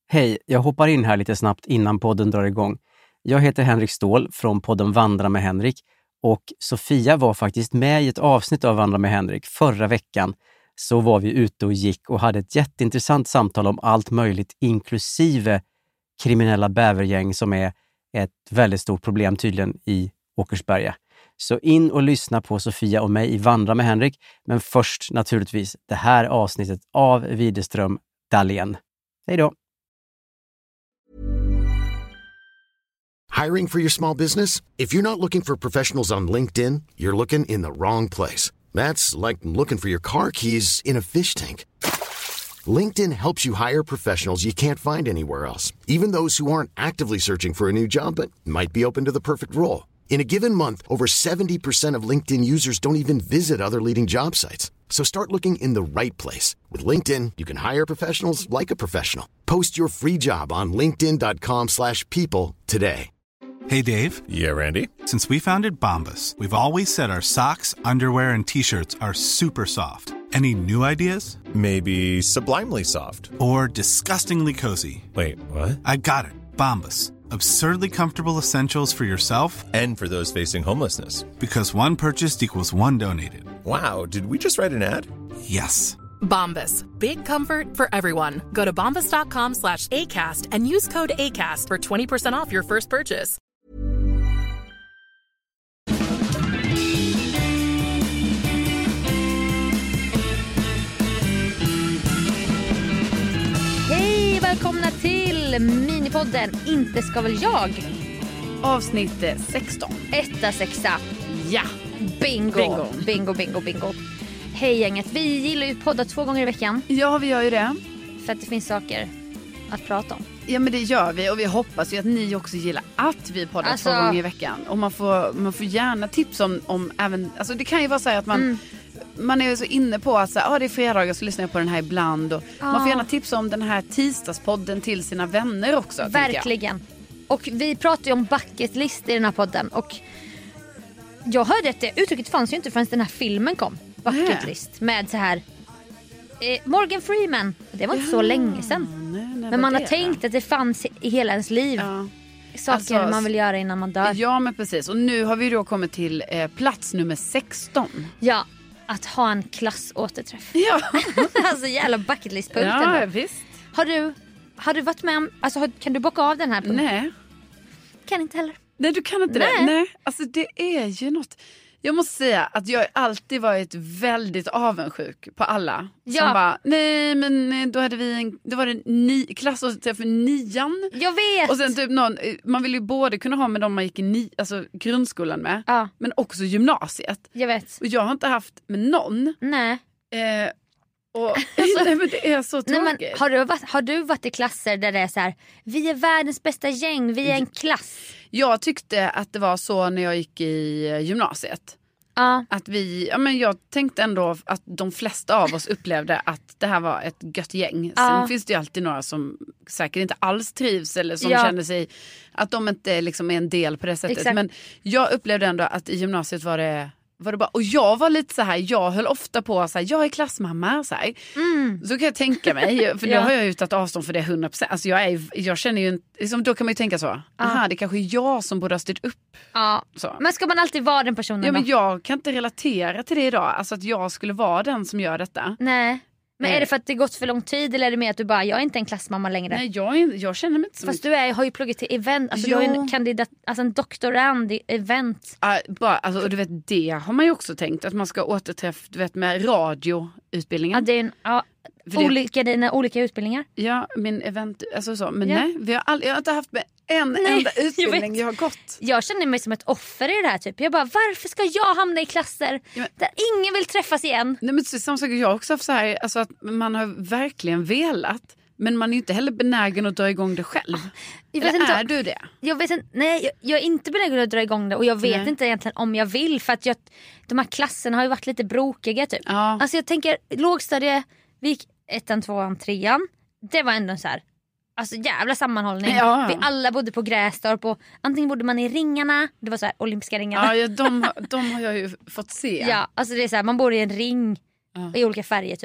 Hej, jag hoppar in här lite snabbt innan podden drar igång. Jag heter Henrik Ståhl från podden Vandra med Henrik och Sofia var faktiskt med i ett avsnitt av Vandra med Henrik förra veckan. Så var vi ute och gick och hade ett jätteintressant samtal om allt möjligt inklusive kriminella bävergäng som är ett väldigt stort problem tydligen i Åkersberga. Så in och lyssna på Sofia och mig i Vandra med Henrik, men först naturligtvis det här avsnittet av Widerström Dahlén. Hej då! Hiring for your small business? If you're not looking for professionals on LinkedIn, you're looking in the wrong place. That's like looking for your car keys in a fish tank. LinkedIn helps you hire professionals you can't find anywhere else, even those who aren't actively searching for a new job but might be open to the perfect role. In a given month, over 70% of LinkedIn users don't even visit other leading job sites. So start looking in the right place. With LinkedIn, you can hire professionals like a professional. Post your free job on linkedin.com/people today. Hey, Dave. Yeah, Randy. Since we founded Bombas, we've always said our socks, underwear, and T-shirts are super soft. Any new ideas? Maybe sublimely soft. Or disgustingly cozy. Wait, what? I got it. Bombas. Absurdly comfortable essentials for yourself And for those facing homelessness. Because one purchased equals one donated. Wow, did we just write an ad? Yes. Bombas. Big comfort for everyone. Go to bombas.com/ACAST and use code ACAST for 20% off your first purchase. Hej, välkomna till minipodden Inte ska väl jag. Avsnitt 16. Etta, sexa. Ja. Bingo. Hej gänget, vi gillar ju podda 2 gånger i veckan. Ja, vi gör ju det. För att det finns saker att prata om. Ja, men det gör vi. Och vi hoppas ju att ni också gillar att vi poddar 2 gånger i veckan. Och man får gärna tips om även... Alltså det kan ju vara så här att man är så inne på att så här, det är fredagar så lyssnar jag på den här ibland. Och man får gärna tipsa om den här tisdagspodden till sina vänner också. Verkligen. Och vi pratar ju om bucket list i den här podden. Och jag hörde att det uttrycket fanns ju inte förrän den här filmen kom. Bucket list. Med så här... Morgan Freeman. Det var inte så länge sedan. Men man har tänkt att det fanns i hela ens liv. Ja. Saker man vill göra innan man dör. Ja, men precis. Och nu har vi då kommit till plats nummer 16. Ja, att ha en klassåterträff. Ja. Alltså jävla bucketlist-punkten. Ja, visst. Har du varit med om... Alltså, kan du bocka av den här punkten? Nej. Kan inte heller. Nej, du kan inte det. Nej. Alltså det är ju något... Jag måste säga att jag alltid varit väldigt avundsjuk på alla. Ja. Som bara, nej men då var det klassåterträff för 9:an. Jag vet. Och sen typ man vill ju både kunna ha med dem man gick i grundskolan med. Ja. Men också gymnasiet. Jag vet. Och jag har inte haft med någon. Nej. Nej, men det är så tråkigt. Nej, men har du varit i klasser där det är så här, vi är världens bästa gäng, vi är en klass? Jag tyckte att det var så när jag gick i gymnasiet. Ja. Att jag tänkte ändå att de flesta av oss upplevde att det här var ett gött gäng. Sen finns det ju alltid några som säkert inte alls trivs eller som känner sig att de inte liksom är en del på det sättet. Exakt. Men jag upplevde ändå att i gymnasiet var det bara, och jag var lite så här, jag höll ofta på så här, jag är klassmamma så här. Så kan jag tänka mig, för då har jag ju tagit avstånd för det 100%. Alltså jag känner ju liksom, då kan man ju tänka så. Aha, det kanske är jag som borde ha styrt upp. Ja. Så. Men ska man alltid vara den personen? Ja, men jag kan inte relatera till det idag, alltså att jag skulle vara den som gör detta. Nej. Men är det för att det gått för lång tid eller är det mer att du bara, jag är inte en klassmamma längre? Nej, jag känner mig inte som... Fast du har ju pluggat till event, alltså du har ju en kandidat, alltså en doktorand i event. Alltså, och du vet, det har man ju också tänkt, att man ska återträffa, du vet, med radioutbildningen. Ja, det är dina olika utbildningar. Ja, min event, alltså så. Men nej, jag har inte haft med en enda utbildning jag har gått. Jag känner mig som ett offer i det här typ. Jag bara, varför ska jag hamna i klasser där ingen vill träffas igen? Nej, men samma sak, jag har också haft så här, alltså att man har verkligen velat, men man är ju inte heller benägen att dra igång det själv. Eller är du det? Jag vet inte, nej, jag är inte benägen att dra igång det. Och jag vet inte egentligen om jag vill. För att de här klasserna har ju varit lite brokiga typ. Ja. Alltså jag tänker, lågstadie, vi gick 1:an, 2:an, 3:an. Det var ändå så här, alltså jävla sammanhållning. Ja. Vi alla bodde på Grästorp och antingen bodde man i ringarna. Det var så här olympiska ringarna. Ja, de har jag ju fått se. Ja, alltså det är så här, man bor i en ring i olika färger typ.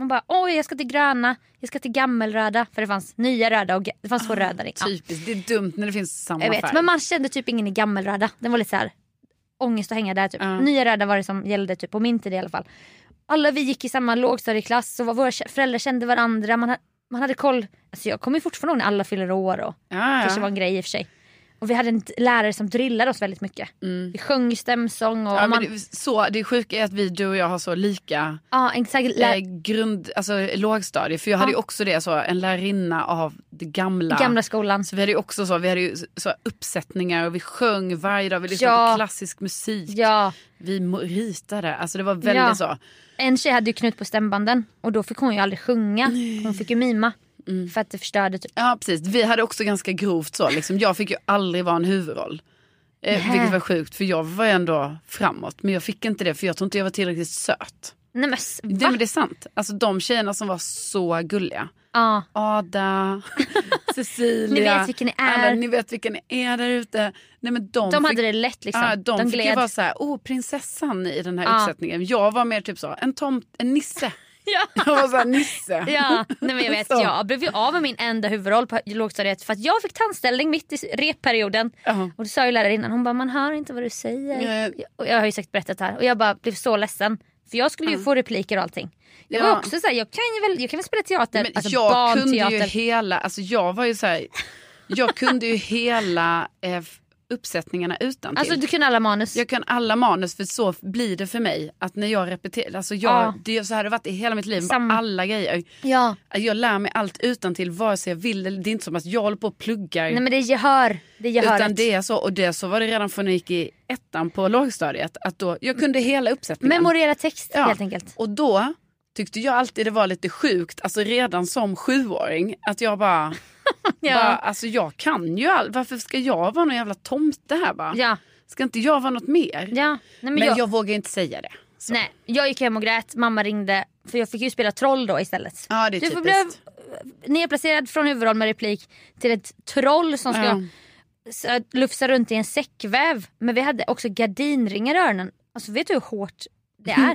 Man bara, oj jag ska till gröna, jag ska till gammelröda. För det fanns nya röda och det fanns två röda. Typiskt, det är dumt när det finns samma jag vet, färg. men man kände typ ingen i gammelröda. Den var lite så här ångest att hänga där typ. Nya röda var det som gällde typ på min tid i alla fall. Alla vi gick i samma lågstadieklass och våra föräldrar kände varandra. Man hade koll. Alltså jag kommer fortfarande ihåg när alla fyller år och kanske var en grej i och för sig. Och vi hade en lärare som drillade oss väldigt mycket. Vi sjöng stämsång. Och det sjuka är att du och jag har så lika lågstadie. För jag hade ju också det, så en lärarinna av det gamla skolan. Så vi hade ju också så uppsättningar och vi sjöng varje dag. Vi lyssnade på klassisk musik. Ja. Vi ritade. Alltså det var väldigt så. En tjej hade ju knut på stämbanden. Och då fick hon ju aldrig sjunga. Hon fick ju mima. För att det förstörde typ. Ja precis, vi hade också ganska grovt så liksom. Jag fick ju aldrig vara en huvudroll, vilket var sjukt. För jag var ändå framåt. Men jag fick inte det för jag tror inte jag var tillräckligt söt. Nej men det är sant. Alltså de tjejerna som var så gulliga, Ada, Cecilia, ni vet vilken ni är. Alla, ni vet vilken ni är där ute. Nej, men de hade det lätt liksom. De fick ju vara så här, prinsessan i den här uppsättningen. Jag var mer typ så, en nisse. Ja. Jag var så här nisse. Ja, nej men jag vet, jag blev ju av med min enda huvudroll på lågstadiet för att jag fick tandställning mitt i repperioden. Och då sa ju lärarinnan, hon bara, man hör inte vad du säger. Och jag har ju säkert berättat här. Och jag bara blev så ledsen. För jag skulle ju få repliker och allting. Jag var också så här, jag kan väl spela teater. Men alltså jag kunde ju hela, alltså jag var ju så här, jag kunde ju hela uppsättningarna utan till. Alltså du kan alla manus. Jag kan alla manus, för så blir det för mig att när jag repeterar, alltså det så här har det varit i hela mitt liv, bara alla grejer. Ja. Jag lär mig allt utan till vare sig jag vill. Det är inte som att jag håller på och pluggar. Nej men det är gehör. Utan det är så, och det så var det redan från när jag gick i ettan på lågstadiet, att då jag kunde hela uppsättningen. Memorera text helt enkelt. Och då tyckte jag alltid det var lite sjukt, alltså redan som 7-åring, att jag bara alltså jag kan ju varför ska jag vara någon jävla tomte här bara? Ja. Ska inte jag vara något mer? Ja. Nej, men jag vågar inte säga det. Så. Nej, jag gick hem och grät, mamma ringde, för jag fick ju spela troll då istället. Ja, det är du får bli nedplacerad från huvudroll med replik till ett troll som ska lufsa runt i en säckväv. Men vi hade också gardinringar i öronen. Alltså vet du hur hårt det är?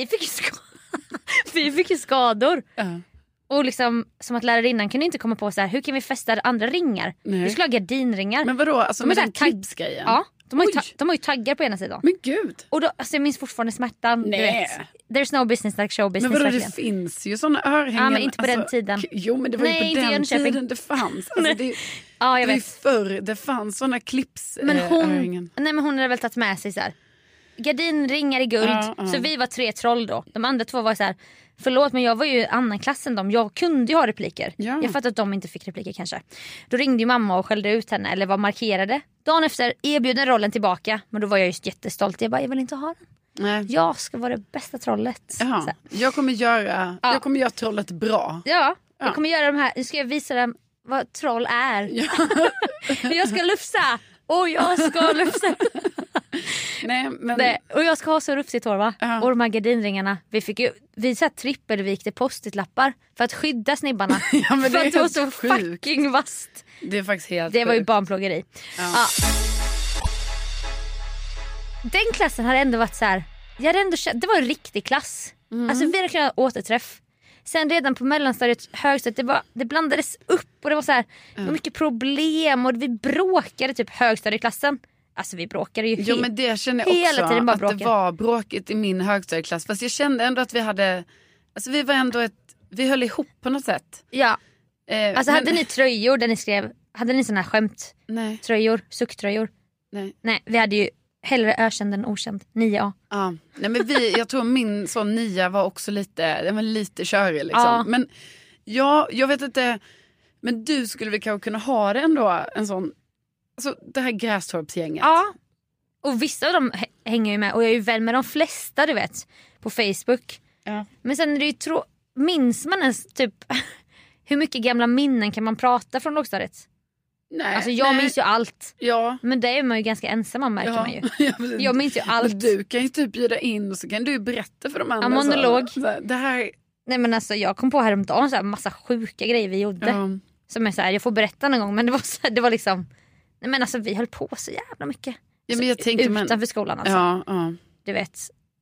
Vi fick ju skador. Och liksom, som att lärarinnan kunde inte komma på så här, hur kan vi fästa andra ringar? Nej. Vi skulle ha gardinringar. Men vadå, alltså med den klippsgrejen? Ja, de har ju taggar på ena sidan. Men gud. Och då, alltså jag minns fortfarande smärtan. Nej. There's no business like show business. Men vadå, det finns ju sådana örhängen. Ja, men inte på den tiden. Jo, men det var ju på den tiden det fanns. Alltså, jag vet. Förr det fanns sådana örhängen. Nej, men hon hade väl tagit med sig så här gardinringar i guld. Så vi var 3 troll då. De andra 2 var så här, förlåt men jag var ju annan klass än dem. Jag kunde ju ha repliker. Jag fattar att de inte fick repliker kanske. Då ringde ju mamma och skällde ut henne, eller var markerade. Dagen efter erbjöd den rollen tillbaka. Men då var jag just jättestolt. Jag bara, jag vill inte ha den. Nej. Jag ska vara det bästa trollet. Jag kommer göra trollet bra. Ja, jag kommer göra de här. Nu ska jag visa dem vad troll är. Jag ska lufsa. Och jag ska lufsa. Nej, men... Och jag ska ha så rufsigt hår va? Och de här gardinringarna. Vi så här trippelvikte post-it-lappar för att skydda snibbarna. Men för att det var så fucking vasst. Det är faktiskt helt Det var ju barnplågeri. Den klassen hade ändå varit så här. Det var en riktig klass. Alltså vi hade kunnat återträff. Sen redan på mellanstadiet, högstadiet, det blandades upp och det var så här, det var mycket problem och vi bråkade typ högstadieklassen. Alltså vi bråkade ju men det känner jag också hela tiden, bara att det var bråkigt i min högstadieklass. Fast jag kände ändå att vi hade, alltså vi var ändå vi höll ihop på något sätt. Ja, alltså hade ni tröjor där ni skrev, hade ni såna här skämttröjor, sucktröjor? Nej, vi hade ju hellre ökänd än okänd, 9A. Ja, nej men jag tror min sån 9 var också lite körig liksom. Men jag vet inte, men du skulle väl kanske kunna ha det ändå, en sån, alltså det här Grästorpsgänget. Ja, och vissa av dem hänger ju med, och jag är ju vän med de flesta du vet, på Facebook. Ja. Men sen är det ju minns man ens typ, hur mycket gamla minnen kan man prata från lågstadiet? Nej, alltså jag minns ju allt. Ja. Men det är man ju ganska ensam om, märker man ju. Jag minns ju allt. Men du kan ju typ bjuda in och så kan du ju berätta för de andra. Monolog. Så det här... Nej men alltså jag kom på häromdagen så här massa sjuka grejer vi gjorde. Som är så här, jag får berätta någon gång, men det var liksom, nej men alltså vi höll på så jävla mycket. Ja, men jag tänkte, utanför skolan alltså. Du vet.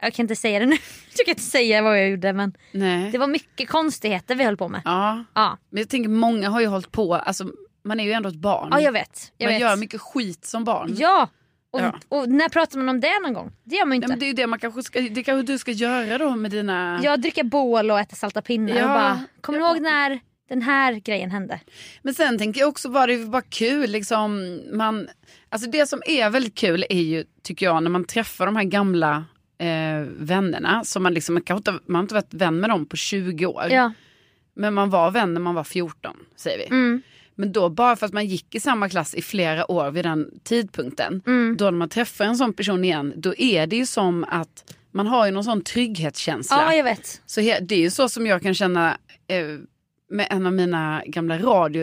Jag kan inte säga det nu. Jag kan inte säga vad jag gjorde, men Nej. det var mycket konstigheter vi höll på med. Ja. Men jag tänker många har ju hållit på, alltså man är ju ändå ett barn. Ja, jag vet. Man gör mycket skit som barn. Ja. Och när pratar man om det någon gång? Det gör man inte. Men det är ju det man kanske du ska göra då med dina... Ja, dricka bål och äta salta pinnar och bara, kommer du ihåg när den här grejen hände? Men sen tänker jag också det är bara kul liksom, alltså det som är väldigt kul är ju, tycker jag, när man träffar de här gamla vännerna som man liksom, man har inte varit vän med dem på 20 år. Ja. Men man var vän när man var 14, säger vi. Men då bara för att man gick i samma klass i flera år vid den tidpunkten, då när man träffar en sån person igen, då är det ju som att man har ju någon sån trygghetskänsla. Ja, jag vet. Så det är ju så som jag kan känna med en av mina gamla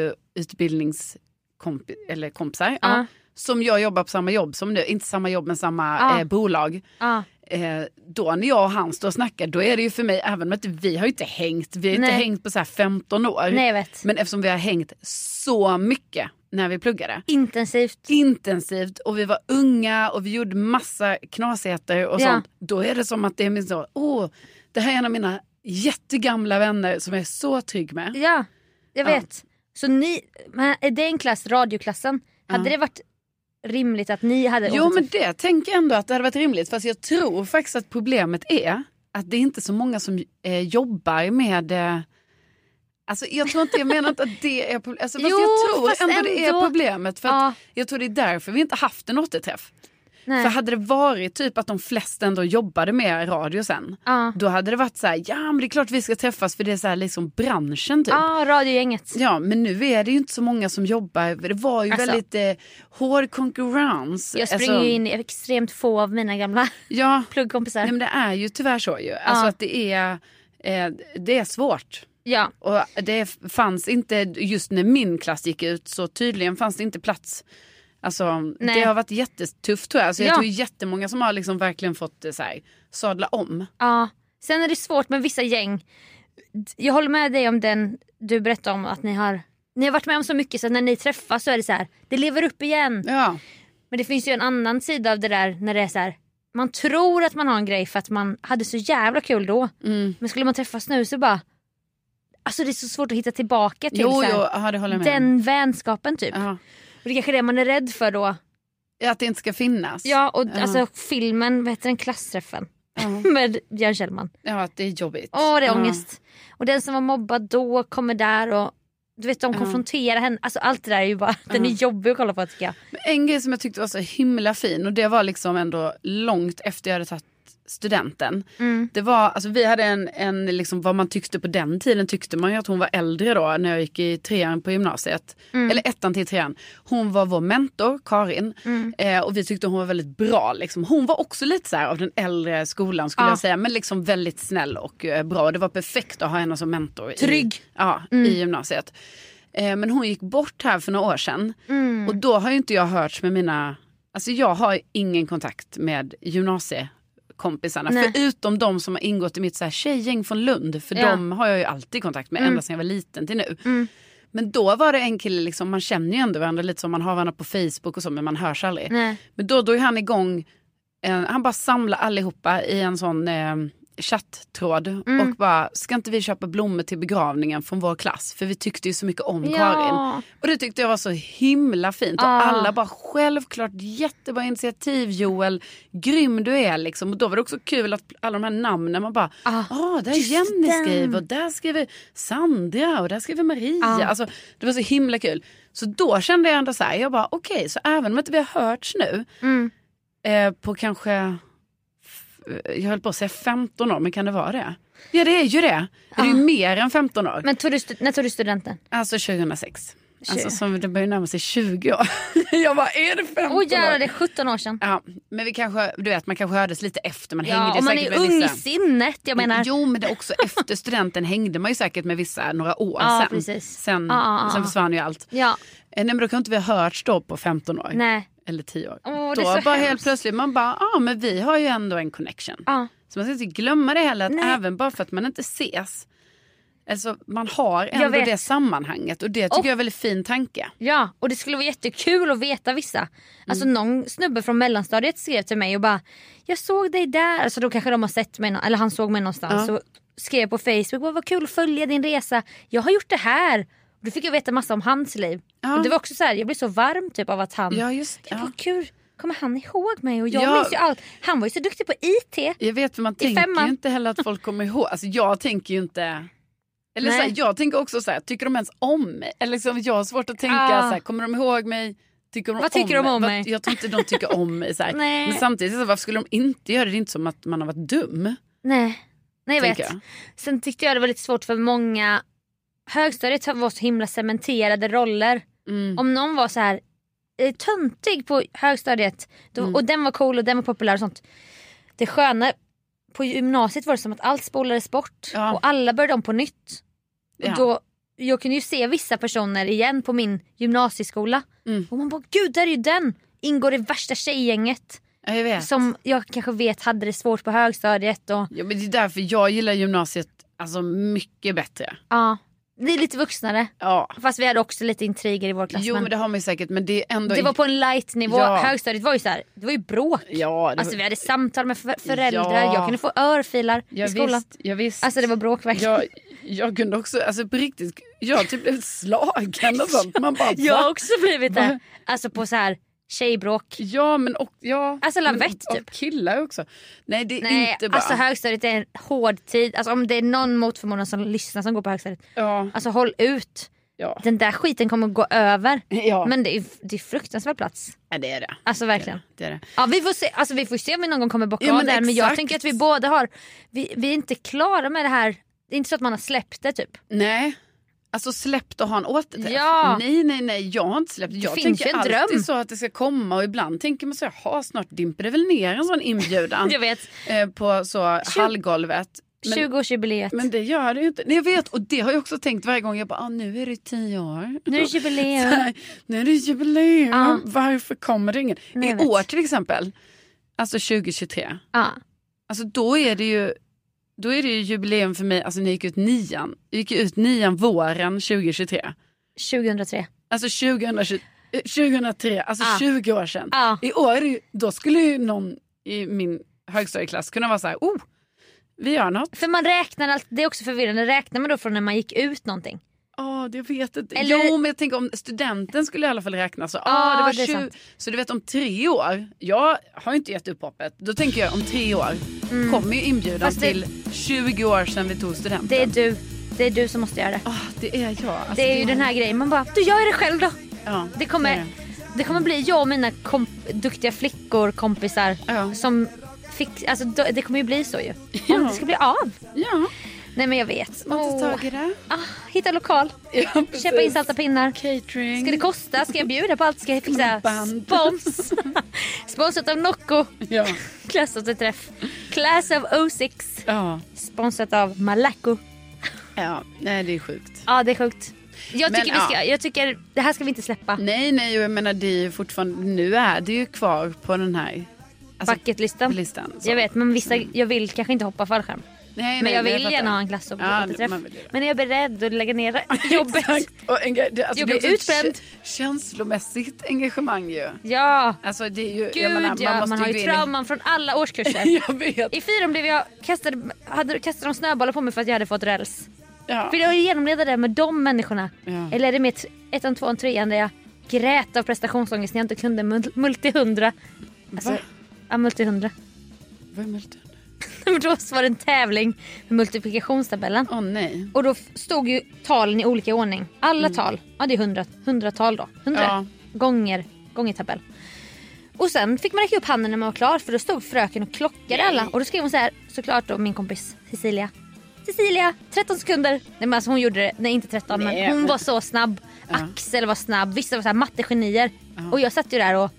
radioutbildningskompisar. Som jag jobbar på samma jobb som nu, inte samma jobb men samma bolag. Då när jag och han står och snackar, då är det ju för mig, även om att vi har inte hängt på så här 15 år. Nej, jag vet. Men eftersom vi har hängt så mycket när vi pluggade. Intensivt, och vi var unga och vi gjorde massa knasigheter och sånt. Då är det som att det är så, det här är en av mina jättegamla vänner som jag är så trygg med. Ja, jag vet. Så är det en klass, radioklassen, hade det varit rimligt att ni hade... Jo, men det tänker jag ändå att det hade varit rimligt. Fast jag tror faktiskt att problemet är att det är inte så många som jobbar med... Alltså jag menar inte att det är problemet. Alltså, jag tror ändå det är problemet. För att jag tror det är därför vi inte haft en återträff. Nej. För hade det varit typ att de flesta ändå jobbade med radio sen, då hade det varit så här, men det är klart vi ska träffas för det är så här liksom branschen typ. Ja, radiogänget. Ja, men nu är det ju inte så många som jobbar. Det var ju väldigt hård konkurrens. Jag springer ju in i extremt få av mina gamla pluggkompisar. Nej, men det är ju tyvärr så ju. Alltså att det är svårt. Ja. Och det fanns inte, just när min klass gick ut så tydligen fanns det inte plats. Alltså, det har varit jättetufft tror jag. Alltså, jag tror jättemånga som har liksom verkligen fått så här, sadla om. Ja, sen är det svårt med vissa gäng. Jag håller med dig om den du berättade om, att ni har varit med om så mycket så att när ni träffas så är det så här, det lever upp igen. Ja. Men det finns ju en annan sida av det där när det är så här, man tror att man har en grej för att man hade så jävla kul då. Men skulle man träffas nu så bara, alltså det är så svårt att hitta tillbaka till så här, det håller jag med. Den vänskapen typ. Och det kanske är det man är rädd för då. Att det inte ska finnas. Ja, och alltså filmen, vad heter den, Klassträffen? Med Björn Kjellman. Ja, att det är jobbigt. Det är ångest. Och den som var mobbad då kommer där och du vet, de konfronterar henne. Alltså allt det där är ju bara, den är jobbig att kolla på tycker jag. Men en grej som jag tyckte var så himla fin, och det var liksom ändå långt efter jag hade tagit studenten. Det var, alltså vi hade en liksom, vad man tyckte på den tiden, tyckte man ju att hon var äldre då när jag gick i 3:an på gymnasiet. Eller 1:an till 3:an. Hon var vår mentor, Karin. Och vi tyckte hon var väldigt bra liksom. Hon var också lite så här av den äldre skolan skulle jag säga, men liksom väldigt snäll och bra. Det var perfekt att ha henne som mentor. Trygg. I gymnasiet. Men hon gick bort här för några år sedan. Och då har ju inte jag hörts med mina... Alltså jag har ingen kontakt med gymnasiekompisarna. Förutom de som har ingått i mitt så här tjejgäng från Lund. För de har jag ju alltid kontakt med ända sedan jag var liten till nu. Men då var det en kille, liksom, man känner ju ändå varandra lite som man har varandra på Facebook och så, men man hörs aldrig. Men då är han igång, han bara samlar allihopa i en sån chatttråd och bara, ska inte vi köpa blommor till begravningen från vår klass? För vi tyckte ju så mycket om Karin. Och det tyckte jag var så himla fint. Och alla bara, självklart, jättebra initiativ Joel, grym du är liksom. Och då var det också kul att alla de här namnen, man bara, där är Jenny skriver, och där skriver Sandra, och där skriver Maria. Alltså, det var så himla kul. Så då kände jag ändå så här, jag bara, okej, så även om inte vi har hörts nu på kanske... Jag höll på att säga 15 år, men kan det vara det? Ja, det är ju det. Det är ju mer än 15 år. Men när tog du studenten? Alltså 2006. Alltså som det börjar närma sig 20 år. Jag bara, är det 15 år? Jävlar, det är 17 år sedan. Ja, men vi kanske, du vet, man kanske hördes lite efter. Man hängde och man säkert är med ung vissa. I sinnet, jag menar. Jo, men det är också efter studenten hängde man ju säkert med vissa några år sen. Precis. Sen försvann ju allt. Ja. Nej, men då kan inte vi ha hörts då på 15 år. Nej. Eller 10 år. Då bara helt plötsligt man bara, men vi har ju ändå en connection. Så man ska inte glömma det heller, att även bara för att man inte ses Alltså man har ändå det sammanhanget och det tycker jag är en väldigt fin tanke. Ja, och det skulle vara jättekul att veta vissa. Alltså någon snubbe från mellanstadiet skrev till mig och bara, jag såg dig där. Alltså då kanske de har sett mig, eller han såg mig någonstans och skrev på Facebook, vad kul att följa din resa. Jag har gjort det här. Och då fick jag veta massa om hans liv. Och det var också så här, jag blev så varm typ av att han, vad kul. Kommer han ihåg mig? Och jag minns ju allt. Han var ju så duktig på IT. Jag vet, för man tänker ju inte heller att folk kommer ihåg. Alltså jag tänker ju inte. Eller så här, jag tänker också så här, tycker de ens om mig? Eller liksom, jag har svårt att tänka så här, kommer de ihåg mig? Vad tycker de om mig? Jag tror inte de tycker om mig så här. Men samtidigt, så, varför skulle de inte göra det? Det är inte som att man har varit dum. Nej, jag vet. Sen tyckte jag det var lite svårt för många. Högstadiet var så himla cementerade roller. Om någon var så här töntig på högstadiet och den var cool och den var populär och sånt. Det sköna på gymnasiet var det som att allt spolades bort och alla började om på nytt. Och då, jag kunde ju se vissa personer igen på min gymnasieskola och man bara, gud, där är ju den. Ingår i värsta tjejgänget. Jag vet. Som jag kanske vet hade det svårt på högstadiet. Och... Ja, men det är därför jag gillar gymnasiet alltså mycket bättre. Ja. Det är lite vuxnare. Ja. Fast vi hade också lite intriger i vår klass. Jo, men det har man ju säkert. Men det är ändå... Det var på en light nivå. Högstadiet var ju så här, det var ju bråk. Ja, alltså vi hade samtal med föräldrar. Jag kunde få örfilar i skolan. Visst. Alltså det var bråk verkligen. Jag kunde också, alltså på riktigt, jag typ blev slagen och sånt. Man bara, jag har också blivit det. Alltså på så här tjejbråk. Ja, men alltså lavett typ. Och killar också. Nej, det är inte bara. Alltså högstadiet är en hård tid. Alltså om det är någon mot förmodan som lyssnar som går på högstadiet. Ja. Alltså håll ut. Ja. Den där skiten kommer att gå över. Ja. Men det är fruktansvärd plats. Ja, det är det. Alltså verkligen. Det är det. Ja, vi får se. Alltså vi får se om vi någon gång kommer bocka av där. Men jag tänker att vi båda har. Vi är inte klara med det här. Det är inte så att man har släppt det typ. Nej. Alltså släppt och ha en återträff. Ja. Nej, jag har inte släppt. Jag tänker alltid dröm. Så att det ska komma och ibland tänker man så här, snart dimper det väl ner en sån inbjudan. Jag vet. På så hallgolvet. 20-årsjubileet. Men det gör det ju inte. Nej, jag vet, och det har jag också tänkt varje gång. Jag bara, nu är det 10 år. Nu är det jubileum. Nu är det jubileum. Varför kommer det ingen? I år till exempel. Alltså 2023. Alltså då är det ju jubileum för mig. Alltså ni gick ut 9:an. Jag gick ut 9:an våren 2023. 2003. Alltså 2003. Alltså 20 år sedan. I år, då skulle ju någon i min högstadieklass kunna vara så här, vi gör något. För man räknar allt, det är också förvirrande. Räknar man då från när man gick ut någonting? Det vet inte. Jo, men jag tänker om studenten skulle i alla fall räkna så. Det var 20. Så du vet om 3 år. Jag har inte gett upp hoppet. Då tänker jag om 3 år kommer ju inbjudan till 20 år sedan vi tog studenten. Det är du som måste göra det. Det är jag. Alltså, det är ju den här grejen. Man bara, du gör det själv då. Ja, det kommer bli jag och mina duktiga flickor, kompisar som alltså det kommer ju bli så ju. Om det ska bli av. Ja. Nej, men jag vet. Man tar tag i det. Hitta lokal. Köpa in salta pinnar. Catering. Ska det kosta? Ska jag bjuda på allt? Ska jag fixa spons? Sponsrat av Nocco. Ja. Class of the träff. Class of 06. Ja. Sponsrat av Malaco. Ja, nej, det är sjukt. Ja, det är sjukt. Jag tycker det här ska vi inte släppa. Nej, jag menar det är ju fortfarande, nu är det ju kvar på den här bucketlistan. Jag vet, men jag vill kanske inte hoppa fallskärm. Nej, men jag vill gärna ha en klass och men är jag beredd att lägga ner jobbet? Jag blir utbränd. Känslomässigt engagemang ju. Ja. Alltså det är ju, gud, man har ju trauman från alla årskurser. Jag vet. I 4 blev jag kastade de snöbollar på mig för att jag hade fått räls. Ja. För jag genomleda det med de människorna. Ja. Eller är det med 1, 2, 3 där jag grät av prestationsångest när jag inte kunde multi-100. Alltså, multi-100. Vad är multi-100? Men då var det en tävling med multiplikationstabellen. Nej. Och då stod ju talen i olika ordning. Alla tal, det är 100-tal då. 100 gånger tabell. Och sen fick man räcka upp handen när man var klar. För då stod fröken och klockade alla. Och då skrev hon så här, såklart då min kompis Cecilia, 13 sekunder. Nej, men alltså hon gjorde det, nej inte 13 men hon var så snabb. Axel var snabb, vissa var så här mattegenier. Och jag satt ju där och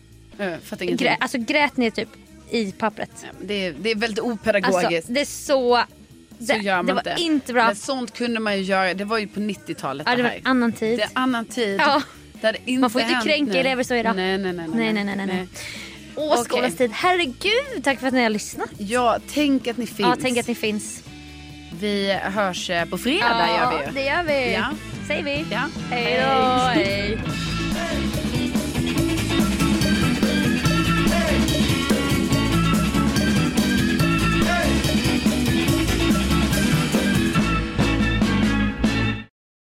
grät ner typ i pappret. Ja, det är väldigt opedagogiskt. Alltså, det är så det var inte bra. Men sånt kunde man ju göra. Det var ju på 90-talet. Ja, det var en annan tid. Det är annan tid. Ja. Där inte man får inte kränka elever så idag. Nej. Skolans tid. Herregud, tack för att ni har lyssnat. Ja, tänk att ni finns. Ja, tänk att ni finns. Vi hörs på fredag, gör vi ju. Det gör vi. Ja. Säger vi. Ja. Hej då. Hej.